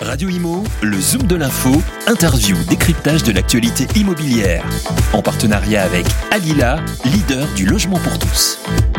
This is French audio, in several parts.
Radio Imo, le Zoom de l'info, interview, décryptage de l'actualité immobilière. En partenariat avec Alila, leader du logement pour tous.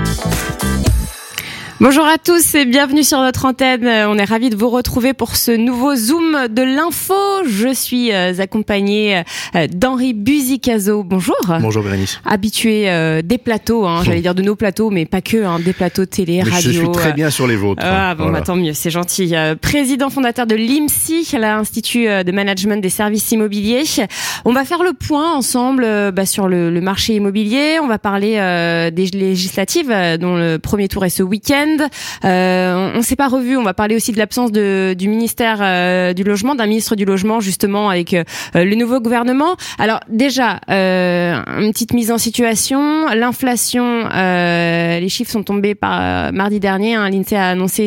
Bonjour à tous et bienvenue sur notre antenne. On est ravis de vous retrouver pour ce nouveau Zoom de l'info. Je suis accompagnée d'Henri Buzicazo. Bonjour. Bonjour Bérénice. Habitué des plateaux, j'allais dire de nos plateaux, mais pas que, des plateaux télé, radio. Je suis très bien sur les vôtres. Voilà. Tant mieux, c'est gentil. Président fondateur de l'IMSI, l'Institut de Management des Services Immobiliers. On va faire le point ensemble sur le marché immobilier. On va parler des législatives dont le premier tour est ce week-end. On s'est pas revu. On va parler aussi de l'absence du ministère du logement, d'un ministre du logement justement avec le nouveau gouvernement. Alors déjà, une petite mise en situation. L'inflation, les chiffres sont tombés mardi dernier. L'INSEE a annoncé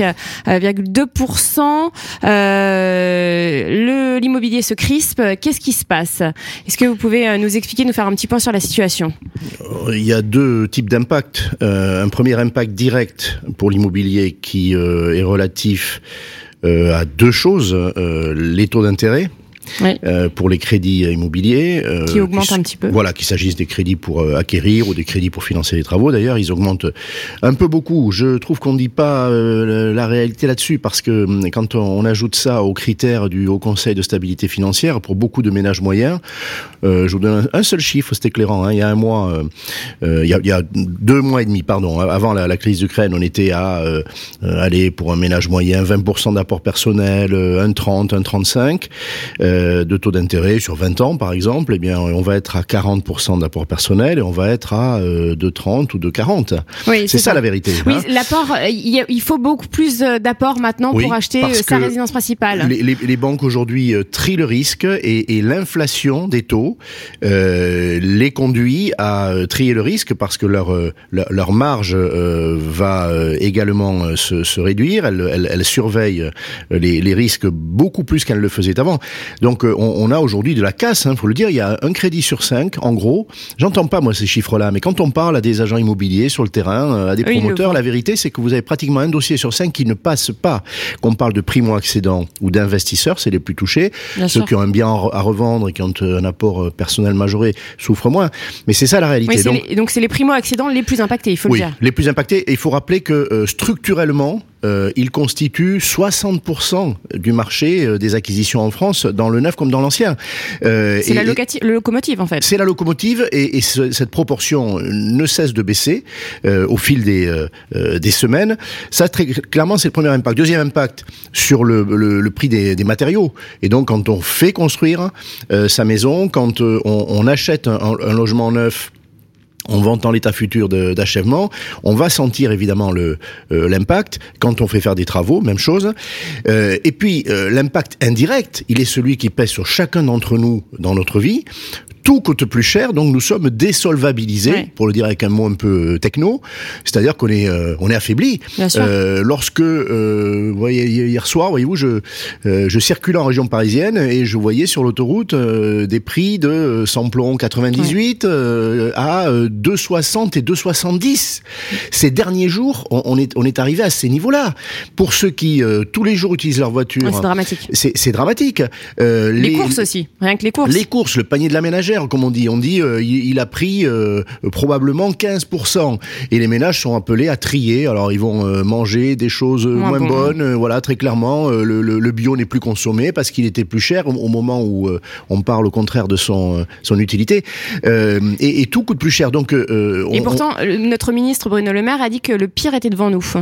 5,2%. L'immobilier se crispe. Qu'est-ce qui se passe? Est-ce que vous pouvez nous expliquer, nous faire un petit point sur la situation? Il y a deux types d'impacts. Un premier impact direct pour l'immobilier qui est relatif à deux choses. Les taux d'intérêt. Oui. Pour les crédits immobiliers qui augmentent un petit peu. Voilà, qu'il s'agisse des crédits pour acquérir ou des crédits pour financer les travaux. D'ailleurs, ils augmentent un peu beaucoup. Je trouve qu'on ne dit pas la réalité là-dessus parce que quand on ajoute ça aux critères du Haut Conseil de stabilité financière, pour beaucoup de ménages moyens, je vous donne un seul chiffre, c'est éclairant. Il y a un mois, il y a 2 mois et demi, pardon, avant la crise d'Ukraine, on était à aller pour un ménage moyen 20% d'apport personnel, 1,30, 1,35. De taux d'intérêt sur 20 ans, par exemple, eh bien, on va être à 40% d'apport personnel et on va être à 2,30 ou 2,40. Oui, c'est ça la vérité. Oui, l'apport, il faut beaucoup plus d'apport maintenant pour acheter sa résidence principale. Les banques aujourd'hui trient le risque et l'inflation des taux les conduit à trier le risque parce que leur marge va également se réduire. Elle surveille les risques beaucoup plus qu'elle le faisait avant. Donc on a aujourd'hui de la casse, faut le dire, il y a un crédit sur 5, en gros. J'entends pas moi ces chiffres-là, mais quand on parle à des agents immobiliers sur le terrain, à des promoteurs, la vérité c'est que vous avez pratiquement un dossier sur 5 qui ne passe pas. Qu'on parle de primo-accédants ou d'investisseurs, c'est les plus touchés. Bien Ceux sûr. Qui ont un bien à revendre et qui ont un apport personnel majoré souffrent moins. Mais c'est ça la réalité. Oui, donc c'est les primo-accédants les plus impactés, il faut le dire. Les plus impactés. Et il faut rappeler que structurellement, il constitue 60% du marché des acquisitions en France, dans le neuf comme dans l'ancien. C'est la locomotive en fait. C'est la locomotive et cette proportion ne cesse de baisser au fil des semaines. Ça, très clairement, c'est le premier impact. Deuxième impact sur le prix des matériaux. Et donc, quand on fait construire sa maison, quand on achète un logement neuf, on vend en l'état futur d'achèvement, on va sentir évidemment l'impact. Quand on fait faire des travaux, même chose. Et puis l'impact indirect, il est celui qui pèse sur chacun d'entre nous dans notre vie. Tout coûte plus cher, donc nous sommes désolvabilisés, pour le dire avec un mot un peu techno, c'est-à-dire qu'on est affaibli. Lorsque, hier soir, voyez-vous, je circulais en région parisienne et je voyais sur l'autoroute des prix de samplon 98 à 2,60 et 2,70. Ces derniers jours, on est arrivé à ces niveaux-là. Pour ceux qui tous les jours utilisent leur voiture, c'est dramatique. C'est dramatique. Les courses aussi, rien que les courses. Les courses, le panier de la ménagère, comme on dit. On dit il a pris probablement 15%. Et les ménages sont appelés à trier. Alors ils vont manger des choses moins bonnes. Voilà, très clairement, le bio n'est plus consommé parce qu'il était plus cher au moment où on parle au contraire de son utilité. Et tout coûte plus cher. Donc, pourtant, notre ministre Bruno Le Maire a dit que le pire était devant nous.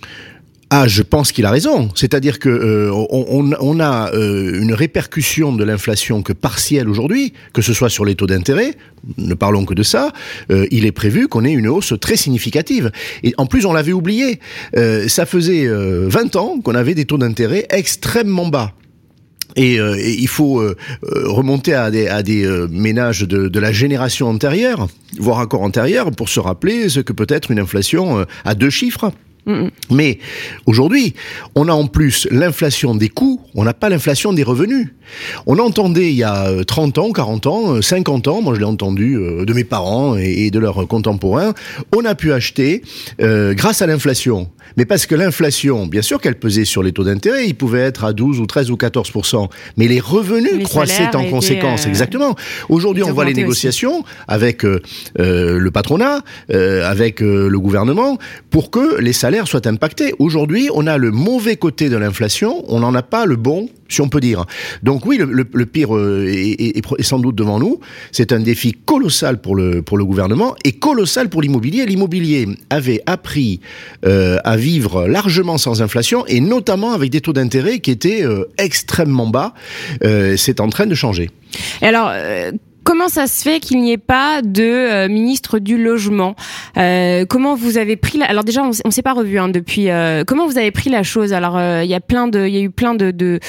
Je pense qu'il a raison. C'est-à-dire que on a une répercussion de l'inflation que partielle aujourd'hui, que ce soit sur les taux d'intérêt, ne parlons que de ça. Il est prévu qu'on ait une hausse très significative. Et en plus, on l'avait oublié. Ça faisait 20 ans qu'on avait des taux d'intérêt extrêmement bas. Et il faut remonter à des ménages de la génération antérieure, voire encore antérieure, pour se rappeler ce que peut être une inflation à 2 chiffres. Mais aujourd'hui, on a en plus l'inflation des coûts, on n'a pas l'inflation des revenus. On entendait il y a 30 ans, 40 ans, 50 ans, moi je l'ai entendu de mes parents et de leurs contemporains, on a pu acheter grâce à l'inflation. Mais parce que l'inflation, bien sûr qu'elle pesait sur les taux d'intérêt, ils pouvaient être à 12 ou 13 ou 14%, mais les revenus croissaient en conséquence. Exactement. Aujourd'hui, on voit les négociations avec le patronat, avec le gouvernement, pour que les salaires soient impactés. Aujourd'hui, on a le mauvais côté de l'inflation, on n'en a pas le bon, si on peut dire. Donc oui, le pire est sans doute devant nous. C'est un défi colossal pour le gouvernement et colossal pour l'immobilier. L'immobilier avait appris à vivre largement sans inflation et notamment avec des taux d'intérêt qui étaient extrêmement bas. C'est en train de changer. Et alors, comment ça se fait qu'il n'y ait pas de ministre du logement ? Comment vous avez pris alors déjà on s'est pas revu depuis. Comment vous avez pris la chose ? Alors il y a eu plein de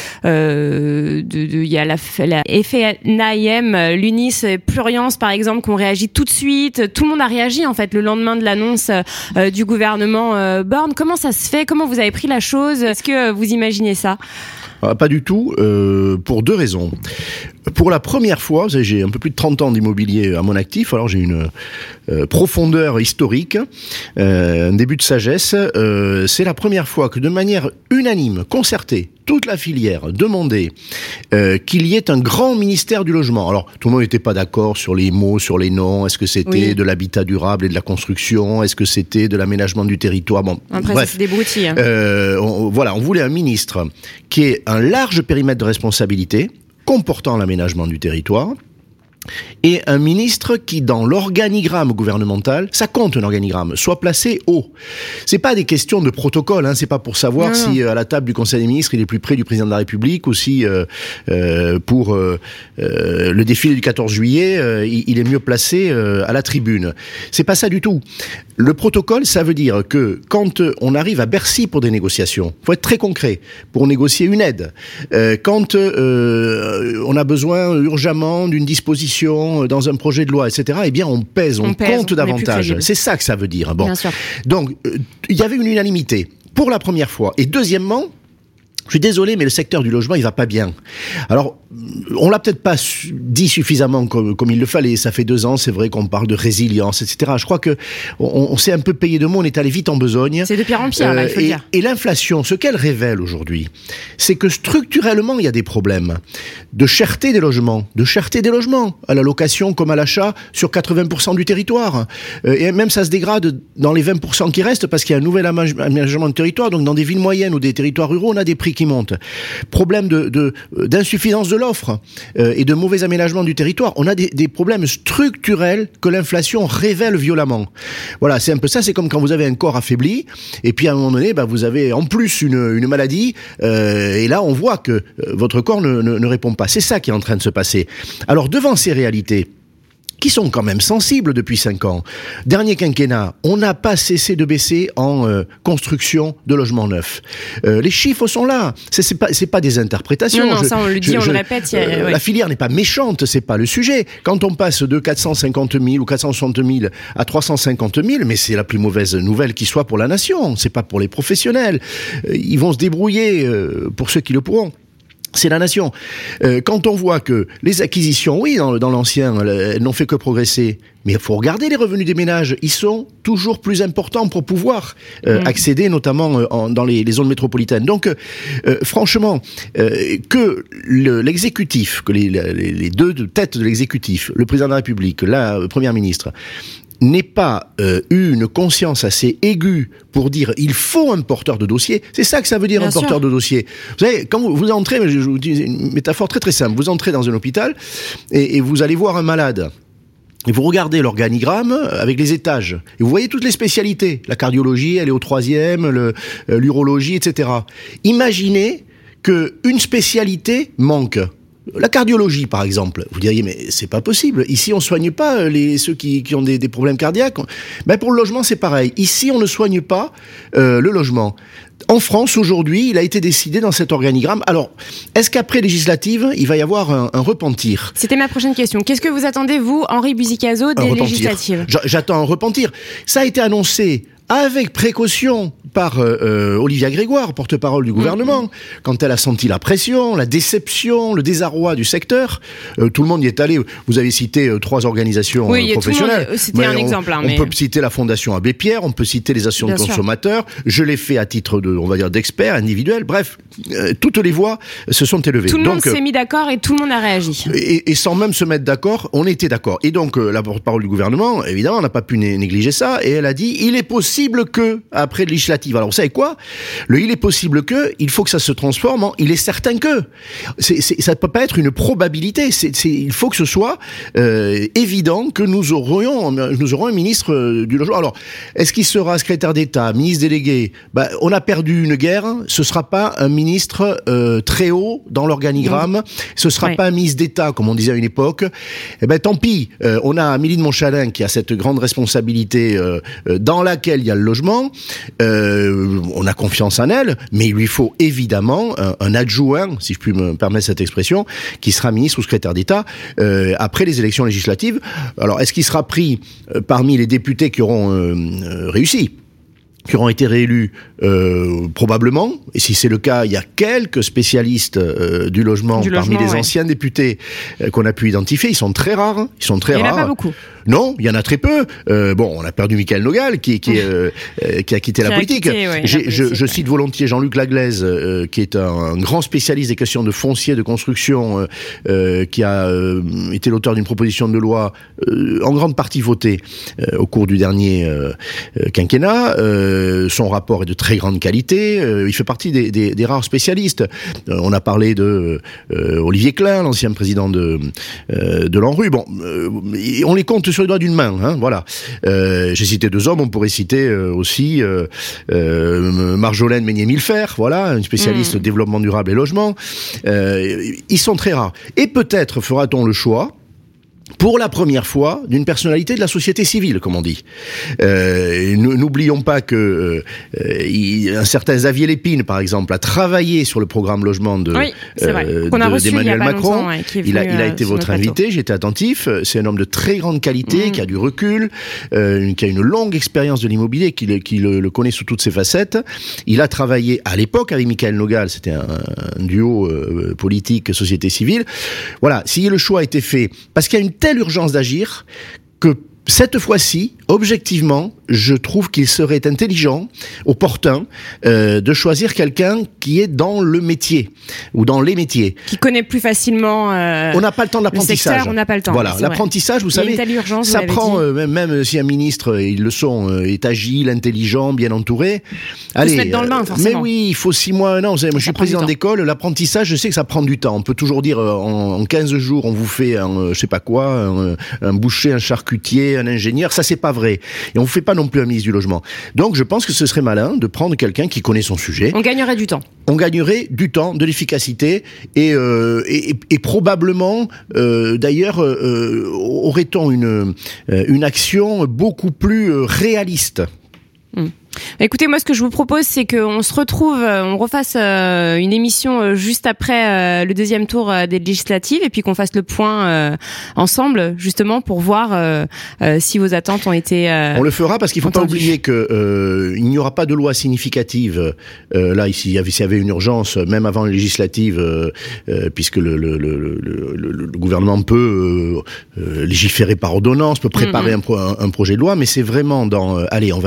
il y a la FNAIM, l'UNIS, Pluriance par exemple qui ont réagi tout de suite. Tout le monde a réagi en fait le lendemain de l'annonce du gouvernement Borne. Comment ça se fait ? Comment vous avez pris la chose ? Est-ce que vous imaginez ça ? Pas du tout, pour deux raisons. Pour la première fois, j'ai un peu plus de 30 ans d'immobilier à mon actif, alors j'ai une profondeur historique, un début de sagesse. C'est la première fois que de manière unanime, concertée, toute la filière demandait qu'il y ait un grand ministère du logement. Alors, tout le monde n'était pas d'accord sur les mots, sur les noms. Est-ce que c'était de l'habitat durable et de la construction ? Est-ce que c'était de l'aménagement du territoire ? Bon, après, bref. c'est des broutilles. On voulait un ministre qui ait un large périmètre de responsabilité, comportant l'aménagement du territoire, et un ministre qui, dans l'organigramme gouvernemental, ça compte un organigramme, soit placé haut. C'est pas des questions de protocole, hein, c'est pas pour savoir si à la table du Conseil des ministres il est plus près du président de la République ou si pour le défilé du 14 juillet il est mieux placé à la tribune. C'est pas ça du tout. Le protocole, ça veut dire que quand on arrive à Bercy pour des négociations, faut être très concret, pour négocier une aide, quand on a besoin urgemment d'une disposition dans un projet de loi, etc., eh bien on pèse, on compte davantage. C'est ça que ça veut dire. Bon. Donc, il y avait une unanimité pour la première fois. Et deuxièmement, je suis désolé, mais le secteur du logement, il va pas bien. Alors, on l'a peut-être pas dit suffisamment comme il le fallait. Ça fait 2 ans, c'est vrai qu'on parle de résilience, etc. Je crois que on s'est un peu payé de mots, on est allé vite en besogne. C'est de pire en pire, là, il faut dire. Et l'inflation, ce qu'elle révèle aujourd'hui, c'est que structurellement, il y a des problèmes de cherté des logements, à la location comme à l'achat sur 80% du territoire. Et même ça se dégrade dans les 20% qui restent parce qu'il y a un nouvel aménagement de territoire. Donc, dans des villes moyennes ou des territoires ruraux, on a des prix qui montent. Problème d'insuffisance de l'offre et de mauvais aménagement du territoire. On a des problèmes structurels que l'inflation révèle violemment. Voilà, c'est un peu ça. C'est comme quand vous avez un corps affaibli et puis à un moment donné, vous avez en plus une maladie et là, on voit que votre corps ne répond pas. C'est ça qui est en train de se passer. Alors, devant ces réalités, qui sont quand même sensibles depuis 5 ans. Dernier quinquennat, on n'a pas cessé de baisser en construction de logements neufs. Les chiffres sont là. C'est pas des interprétations. Non, ça on le dit, on le répète. La filière n'est pas méchante, c'est pas le sujet. Quand on passe de 450 000 ou 460 000 à 350 000, mais c'est la plus mauvaise nouvelle qui soit pour la nation. C'est pas pour les professionnels. Ils vont se débrouiller pour ceux qui le pourront. C'est la nation. Quand on voit que les acquisitions, oui, dans l'ancien, elles n'ont fait que progresser, mais il faut regarder les revenus des ménages. Ils sont toujours plus importants pour pouvoir accéder, notamment dans les zones métropolitaines. Donc, franchement, que l'exécutif, que les deux têtes de l'exécutif, le président de la République, la première ministre, n'ait pas eu une conscience assez aiguë pour dire il faut un porteur de dossier. C'est ça que ça veut dire, un porteur de dossier. Vous savez, quand vous entrez, je vous dis une métaphore très très simple, vous entrez dans un hôpital et vous allez voir un malade. Et vous regardez l'organigramme avec les étages. Et vous voyez toutes les spécialités. La cardiologie, elle est au 3e, l'urologie, etc. Imaginez qu'une spécialité manque. La cardiologie, par exemple. Vous diriez, mais c'est pas possible. Ici, on soigne pas ceux qui ont des problèmes cardiaques. Ben, pour le logement, c'est pareil. Ici, on ne soigne pas le logement. En France, aujourd'hui, il a été décidé dans cet organigramme. Alors, est-ce qu'après législative, il va y avoir un repentir ? C'était ma prochaine question. Qu'est-ce que vous attendez, vous, Henri Buzicazo, des législatives ? J'attends un repentir. Ça a été annoncé avec précaution par Olivia Grégoire, porte-parole du gouvernement, quand elle a senti la pression, la déception, le désarroi du secteur. Tout le monde y est allé. Vous avez cité 3 organisations professionnelles. C'était un exemple. On peut citer la Fondation Abbé Pierre, on peut citer les associations de consommateurs. Je l'ai fait à titre de, on va dire, d'expert individuel. Bref, toutes les voix se sont élevées. Tout le monde s'est mis d'accord et tout le monde a réagi. Et sans même se mettre d'accord, on était d'accord. Et donc, la porte-parole du gouvernement, évidemment, on n'a pas pu négliger ça. Et elle a dit, il est possible que, après le législative. Alors, vous savez quoi? Il est possible que, il faut que ça se transforme en, il est certain que. Ça ne peut pas être une probabilité. Il faut que ce soit évident que nous aurons un ministre du logement. Alors, est-ce qu'il sera secrétaire d'État, ministre délégué? On a perdu une guerre. Ce sera pas un ministre très haut dans l'organigramme. Ce sera pas un ministre d'État, comme on disait à une époque. Tant pis. On a Amélie de Montchalin qui a cette grande responsabilité dans laquelle il y a le logement. On a confiance en elle, mais il lui faut évidemment un adjoint, si je puis me permettre cette expression, qui sera ministre ou secrétaire d'État après les élections législatives. Alors, est-ce qu'il sera pris parmi les députés qui auront réussi, qui auront été réélus? Probablement. Et si c'est le cas, il y a quelques spécialistes du logement parmi les anciens députés qu'on a pu identifier. Ils sont très rares. Il n'y en a pas beaucoup. Non, il y en a très peu. On a perdu Michael Nogal qui a quitté la politique. Je cite volontiers Jean-Luc Laglaise, qui est un grand spécialiste des questions de foncier, de construction, qui a été l'auteur d'une proposition de loi en grande partie votée au cours du dernier quinquennat. Son rapport est de très grande qualité. Il fait partie des rares spécialistes. On a parlé de Olivier Klein, l'ancien président de l'ANRU. On les compte sur les doigts d'une main, hein, voilà. J'ai cité 2 hommes, on pourrait citer aussi Marjolaine Meignet-Millefer, voilà, une spécialiste de développement durable et logement. Ils sont très rares. Et peut-être fera-t-on le choix, pour la première fois, d'une personnalité de la société civile, comme on dit. N'oublions pas que un certain Xavier Lépine, par exemple, a travaillé sur le programme logement d'Emmanuel Macron. Il a été votre invité, j'étais attentif. C'est un homme de très grande qualité, qui a du recul, qui a une longue expérience de l'immobilier, qui le connaît sous toutes ses facettes. Il a travaillé à l'époque avec Michael Nogal, c'était un duo politique société civile. Voilà, si le choix a été fait, parce qu'il y a une telle urgence d'agir que cette fois-ci, objectivement, je trouve qu'il serait intelligent, opportun, de choisir quelqu'un qui est dans le métier, ou dans les métiers. Qui connaît plus facilement on n'a pas le temps de l'apprentissage. Secteur, on n'a pas le temps. Voilà, l'apprentissage, vous savez, ça prend, même si un ministre, ils le sont, est agile, intelligent, bien entouré. Allez, se mettre dans le bain, forcément. Mais oui, il faut 6 mois, 1 an. Vous savez, moi, je suis président d'école, l'apprentissage, je sais que ça prend du temps. On peut toujours dire, en 15 jours, on vous fait je sais pas quoi, un boucher, un charcutier, un ingénieur. Ça, c'est pas vrai. Et on ne fait pas non plus un ministre du logement. Donc, je pense que ce serait malin de prendre quelqu'un qui connaît son sujet. On gagnerait du temps. On gagnerait du temps, de l'efficacité et probablement, d'ailleurs, aurait-on une action beaucoup plus réaliste. Écoutez, moi, ce que je vous propose, c'est qu'on se retrouve, on refasse une émission juste après le 2e tour des législatives, et puis qu'on fasse le point ensemble, justement, pour voir si vos attentes ont été on le fera, parce qu'il faut pas oublier que il n'y aura pas de loi significative. Là, ici, s'il y avait une urgence, même avant les législatives, puisque le gouvernement peut légiférer par ordonnance, peut préparer un projet de loi, mais c'est vraiment dans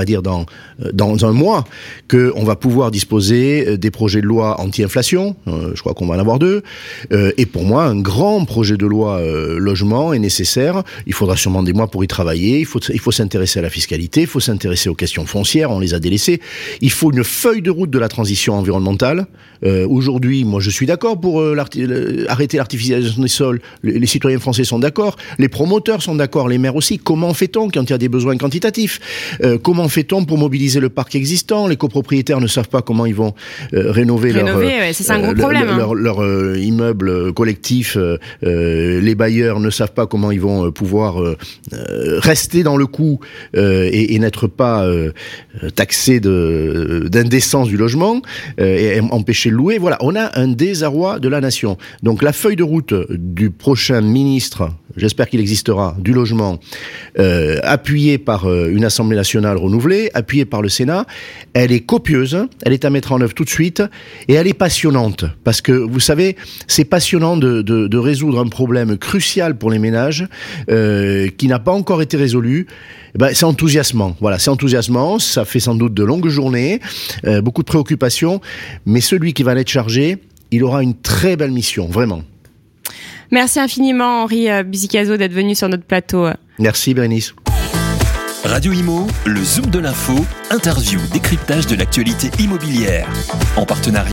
un mois qu'on va pouvoir disposer des projets de loi anti-inflation. Je crois qu'on va en avoir 2. Et pour moi, un grand projet de loi logement est nécessaire. Il faudra sûrement des mois pour y travailler. Il faut s'intéresser à la fiscalité. Il faut s'intéresser aux questions foncières. On les a délaissées. Il faut une feuille de route de la transition environnementale. Aujourd'hui, moi, je suis d'accord pour arrêter l'artificialisation des sols. Les citoyens français sont d'accord. Les promoteurs sont d'accord. Les maires aussi. Comment fait-on quand il y a des besoins quantitatifs? Comment fait-on pour mobiliser le parc existant? Les copropriétaires ne savent pas comment ils vont rénover c'est un gros problème. Leur immeuble collectif. Les bailleurs ne savent pas comment ils vont pouvoir rester dans le coup et n'être pas taxés d'indécence du logement et empêcher de louer. Voilà, on a un désarroi de la nation. Donc la feuille de route du prochain ministre, j'espère qu'il existera, du logement, appuyé par une Assemblée nationale renouvelée, appuyé par le Sénat. Elle est copieuse, elle est à mettre en œuvre tout de suite, et elle est passionnante. Parce que, vous savez, c'est passionnant de résoudre un problème crucial pour les ménages, qui n'a pas encore été résolu. C'est enthousiasmant. Voilà, c'est enthousiasmant. Ça fait sans doute de longues journées, beaucoup de préoccupations. Mais celui qui va en être chargé, il aura une très belle mission, vraiment. Merci infiniment, Henri Buzicazo, d'être venu sur notre plateau. Merci, Bérénice. Radio Imo, le Zoom de l'info, interview, décryptage de l'actualité immobilière. En partenariat